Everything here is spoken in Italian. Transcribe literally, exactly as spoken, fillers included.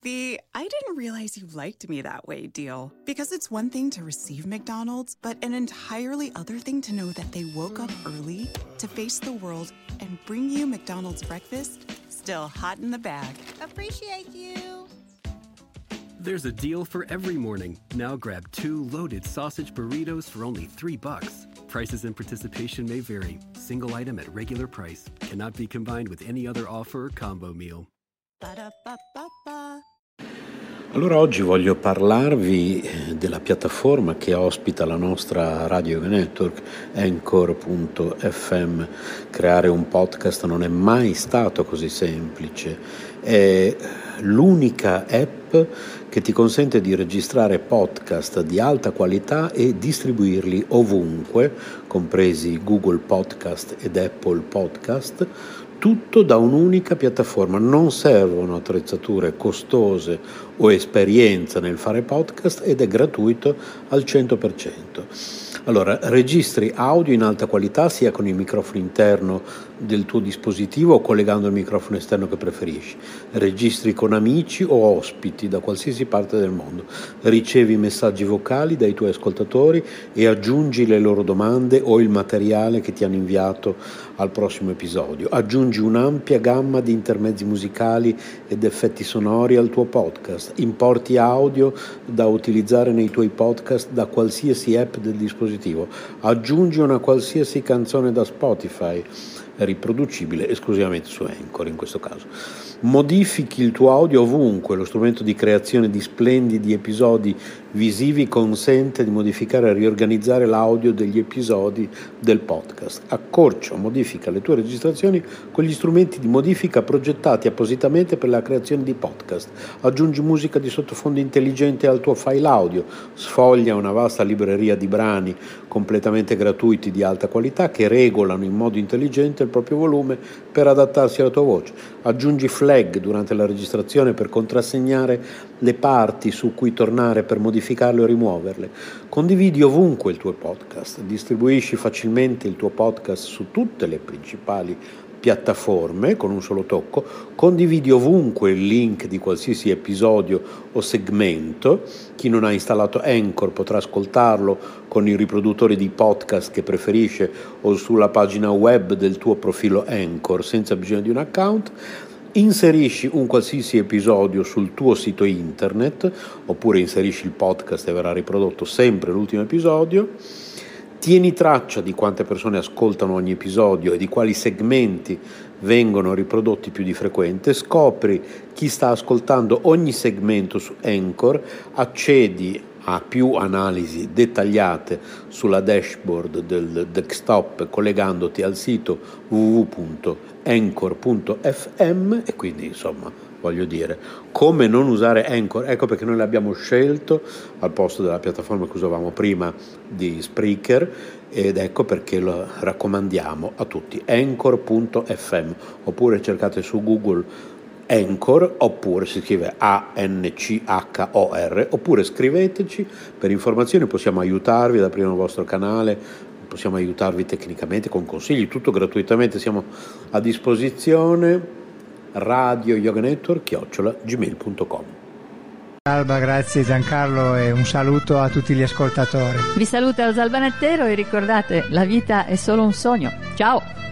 the "I didn't realize you liked me that way" deal. Because it's one thing to receive McDonald's, but an entirely other thing to know that they woke up early to face the world and bring you McDonald's breakfast still hot in the bag. Appreciate you. There's a deal for every morning. Now grab two loaded sausage burritos for only three bucks. Prices and participation may vary. Single item at regular price. Cannot be combined with any other offer or combo meal. Ba-da-ba-ba-ba. Allora oggi voglio parlarvi della piattaforma che ospita la nostra Radio Network, Anchor punto effe emme. Creare un podcast non è mai stato così semplice. È l'unica app che ti consente di registrare podcast di alta qualità e distribuirli ovunque, compresi Google Podcast ed Apple Podcast, tutto da un'unica piattaforma. Non servono attrezzature costose o esperienza nel fare podcast ed è gratuito al cento per cento. Allora, registri audio in alta qualità sia con il microfono interno del tuo dispositivo o collegando il microfono esterno che preferisci. Registri con amici o ospiti da qualsiasi parte del mondo. Ricevi messaggi vocali dai tuoi ascoltatori e aggiungi le loro domande o il materiale che ti hanno inviato al prossimo episodio. Aggiungi un'ampia gamma di intermezzi musicali ed effetti sonori al tuo podcast. Importi audio da utilizzare nei tuoi podcast da qualsiasi app del dispositivo. Aggiungi una qualsiasi canzone da Spotify, riproducibile esclusivamente su Anchor in questo caso. Modifichi il tuo audio ovunque. Lo strumento di creazione di splendidi episodi visivi consente di modificare e riorganizzare l'audio degli episodi del podcast. Accorcia o modifica le tue registrazioni con gli strumenti di modifica progettati appositamente per la creazione di podcast. Aggiungi musica di sottofondo intelligente al tuo file audio. Sfoglia una vasta libreria di brani completamente gratuiti di alta qualità che regolano in modo intelligente il proprio volume per adattarsi alla tua voce. Aggiungi flag durante la registrazione per contrassegnare le parti su cui tornare per modificarle o rimuoverle. Condividi ovunque il tuo podcast. Distribuisci facilmente il tuo podcast su tutte le principali piattaforme con un solo tocco. Condividi ovunque il link di qualsiasi episodio o segmento. Chi non ha installato Anchor potrà ascoltarlo con i riproduttori di podcast che preferisce o sulla pagina web del tuo profilo Anchor senza bisogno di un account. Inserisci un qualsiasi episodio sul tuo sito internet oppure inserisci il podcast e verrà riprodotto sempre l'ultimo episodio. Tieni traccia di quante persone ascoltano ogni episodio e di quali segmenti vengono riprodotti più di frequente. Scopri chi sta ascoltando ogni segmento su Anchor, accedi a più analisi dettagliate sulla dashboard del desktop collegandoti al sito w w w punto anchor punto effe emme e quindi insomma voglio dire come non usare Anchor. Ecco perché noi l'abbiamo scelto al posto della piattaforma che usavamo prima di Spreaker ed ecco perché lo raccomandiamo a tutti. Anchor punto effe emme oppure cercate su Google Anchor oppure si scrive A N C H O R oppure scriveteci per informazioni, possiamo aiutarvi ad aprire il vostro canale, possiamo aiutarvi tecnicamente con consigli, tutto gratuitamente, siamo a disposizione. Radio Yoga Network chiocciola gmail punto com. Alba, grazie Giancarlo e un saluto a tutti gli ascoltatori. Vi saluta Rosalba Nettero e ricordate, la vita è solo un sogno. Ciao!